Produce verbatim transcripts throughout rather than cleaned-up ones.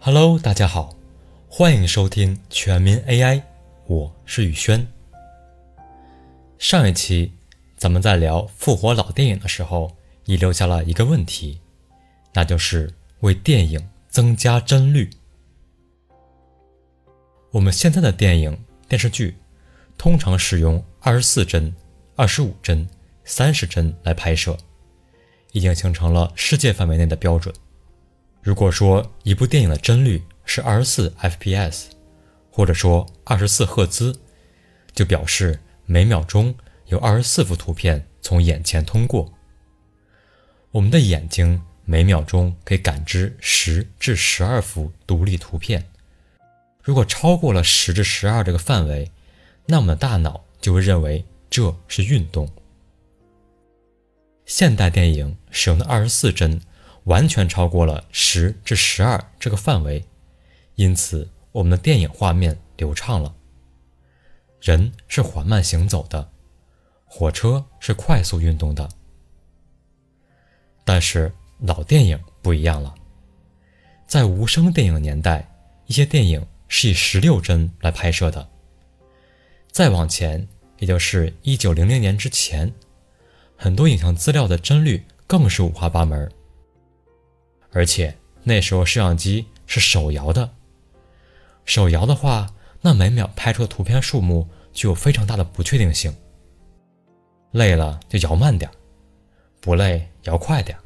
Hello， 大家好，欢迎收听全民 A I， 我是宇轩。上一期咱们在聊复活老电影的时候，遗留下了一个问题，那就是为电影增加帧率。我们现在的电影、电视剧通常使用二十四帧、二十五帧、三十帧来拍摄，已经形成了世界范围内的标准。如果说一部电影的帧率是二十四 F P S， 或者说二十四赫兹，就表示每秒钟有二十四幅图片从眼前通过。我们的眼睛每秒钟可以感知十至十二幅独立图片，如果超过了十至十二这个范围，那我们的大脑就会认为这是运动。现代电影使用的二十四帧完全超过了十至十二这个范围，因此我们的电影画面流畅了。人是缓慢行走的，火车是快速运动的。但是老电影不一样了，在无声电影年代，一些电影是以十六帧来拍摄的。再往前，也就是一九零零年之前，很多影像资料的帧率更是五花八门。而且那时候摄像机是手摇的，手摇的话，那每秒拍出的图片数目就有非常大的不确定性。累了就摇慢点，不累摇快点。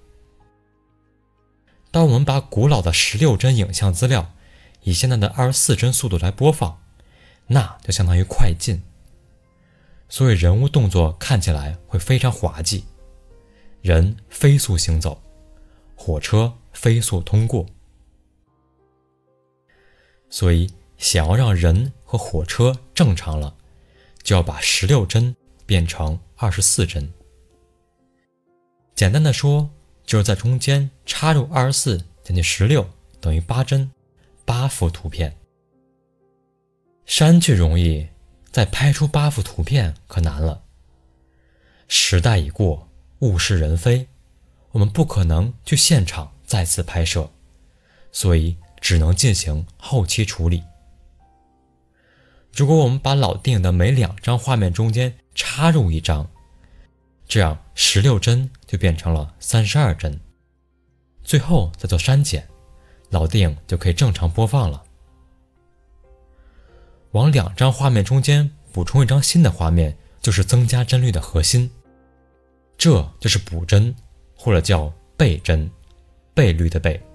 当我们把古老的十六帧影像资料以现在的二十四帧速度来播放，那就相当于快进，所以人物动作看起来会非常滑稽。人飞速行走，火车飞速通过。所以想要让人和火车正常了，就要把十六帧变成二十四帧。简单的说，就是在中间插入二十四减去十六等于八帧，八幅图片。删去容易，再拍出八幅图片可难了。时代已过，物是人非，我们不可能去现场再次拍摄，所以只能进行后期处理。如果我们把老电影的每两张画面中间插入一张，这样十六帧就变成了三十二帧，最后再做删减，老电影就可以正常播放了。往两张画面中间补充一张新的画面，就是增加帧率的核心，这就是补帧，或者叫倍帧，倍率的倍。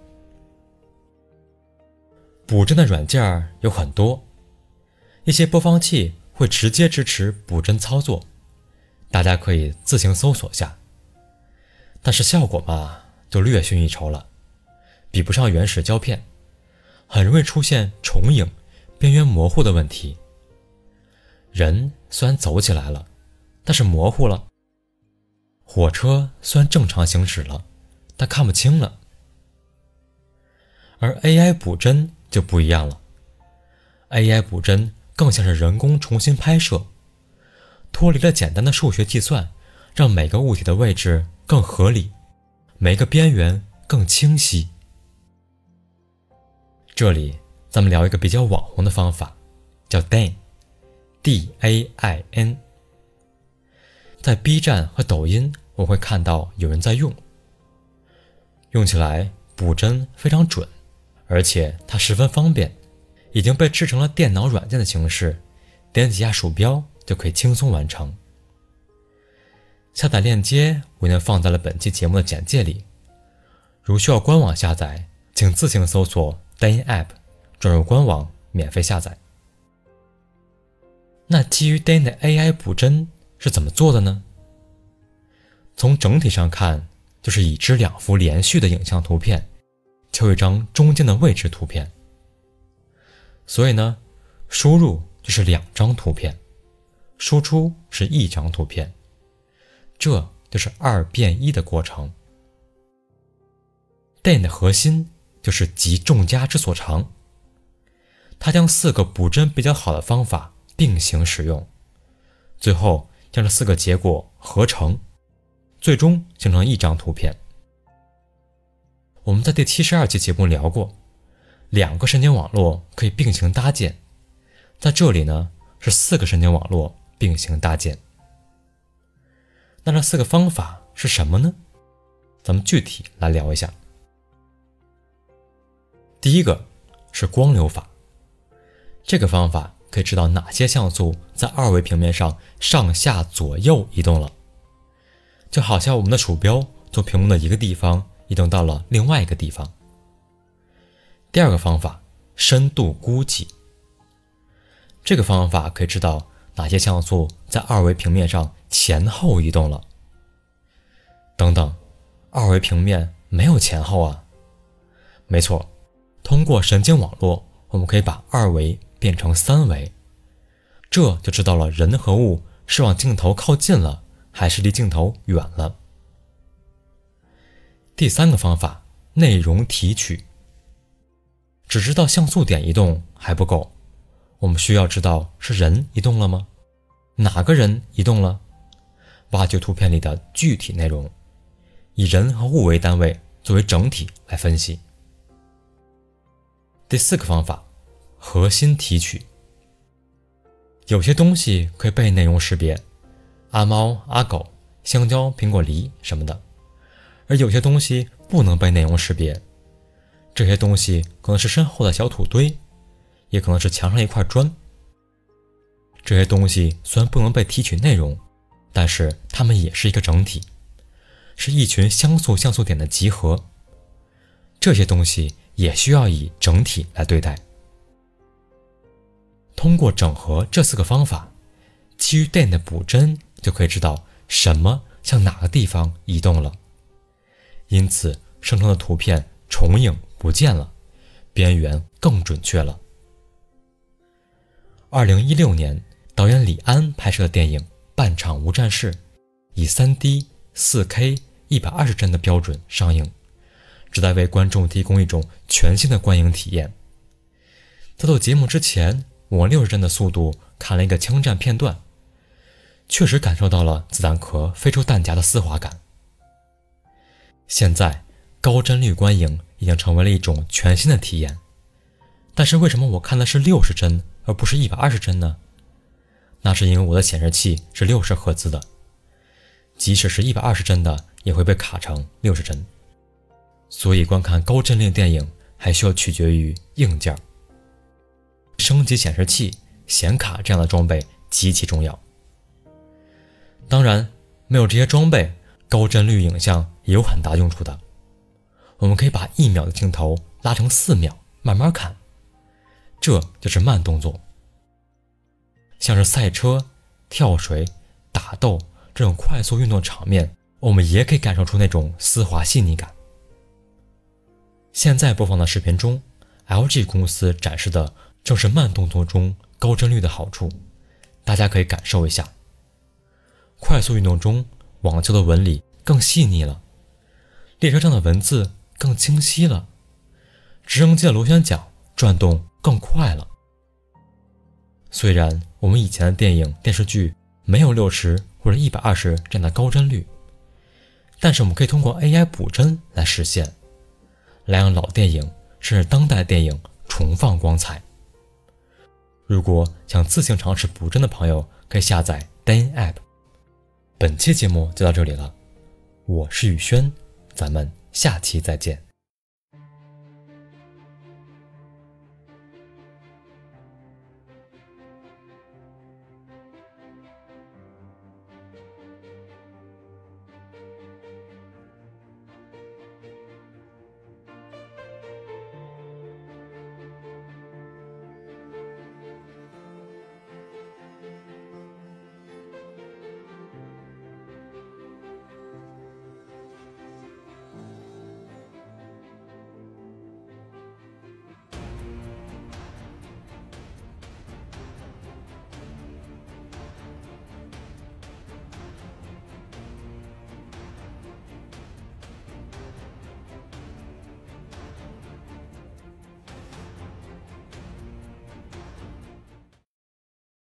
补帧的软件有很多，一些播放器会直接支持补帧操作，大家可以自行搜索下。但是效果嘛，就略逊一筹了，比不上原始胶片，很容易出现重影、边缘模糊的问题。人虽然走起来了，但是模糊了。火车虽然正常行驶了，但看不清了。而 A I 补帧就不一样了， A I 补帧更像是人工重新拍摄，脱离了简单的数学计算，让每个物体的位置更合理，每个边缘更清晰。这里咱们聊一个比较网红的方法，叫 D A I N D A I N。 在 B 站和抖音我会看到有人在用，用起来补帧非常准，而且它十分方便，已经被制成了电脑软件的形式，点几下鼠标就可以轻松完成。下载链接我已经放在了本期节目的简介里，如需要官网下载，请自行搜索 D A I N App， 转入官网免费下载。那基于 D A I N 的 A I 补帧是怎么做的呢？从整体上看，就是已知两幅连续的影像图片求一张中间的位置图片。所以呢，输入就是两张图片，输出是一张图片，这就是二变一的过程。D A I N 的核心就是集众家之所长，它将四个补帧比较好的方法并行使用，最后将这四个结果合成，最终形成一张图片。我们在第七十二期节目聊过， 两个神经网络可以并行搭建，在这里呢是四个神经网络并行搭建。那这四个方法是什么呢？咱们具体来聊一下。第一个是光流法，这个方法可以知道哪些像素在二维平面上上下左右移动了，就好像我们的鼠标从屏幕的一个地方移动到了另外一个地方。第二个方法，深度估计，这个方法可以知道哪些像素在二维平面上前后移动了。等等，二维平面没有前后啊。没错，通过神经网络，我们可以把二维变成三维，这就知道了人和物是往镜头靠近了，还是离镜头远了。第三个方法，内容提取，只知道像素点移动还不够，我们需要知道是人移动了吗？哪个人移动了？挖掘图片里的具体内容，以人和物为单位作为整体来分析。第四个方法，核心提取，有些东西可以被内容识别，阿猫阿狗、香蕉苹果梨什么的，而有些东西不能被内容识别，这些东西可能是身后的小土堆，也可能是墙上一块砖。这些东西虽然不能被提取内容，但是它们也是一个整体，是一群相似像素点的集合，这些东西也需要以整体来对待。通过整合这四个方法，基于电影的补帧就可以知道什么向哪个地方移动了，因此生成的图片重影不见了，边缘更准确了。二零一六年，导演李安拍摄的电影《半场无战事》以 三 D、四 K、一百二十帧的标准上映，旨在为观众提供一种全新的观影体验。在做节目之前，我用六十帧的速度看了一个枪战片段，确实感受到了子弹壳飞出弹夹的丝滑感。现在高帧率观影已经成为了一种全新的体验，但是为什么我看的是六十帧而不是一百二十帧呢？那是因为我的显示器是六十赫兹的，即使是一百二十帧的也会被卡成六十帧，所以观看高帧率电影还需要取决于硬件。升级显示器、显卡这样的装备极其重要。当然，没有这些装备，高帧率影像也有很大用处的。我们可以把一秒的镜头拉成四秒，慢慢看，这就是慢动作。像是赛车、跳水、打斗这种快速运动场面，我们也可以感受出那种丝滑细腻感。现在播放的视频中， L G 公司展示的正是慢动作中高帧率的好处，大家可以感受一下。快速运动中，网球的纹理更细腻了，列车上的文字更清晰了，直升机的螺旋桨转动更快了。虽然我们以前的电影电视剧没有六十或者一百二十这样的高帧率，但是我们可以通过 A I 补帧来实现，来让老电影甚至当代电影重放光彩。如果想自行尝试补帧的朋友，可以下载 Dane App。 本期节目就到这里了，我是宇轩，咱们下期再见。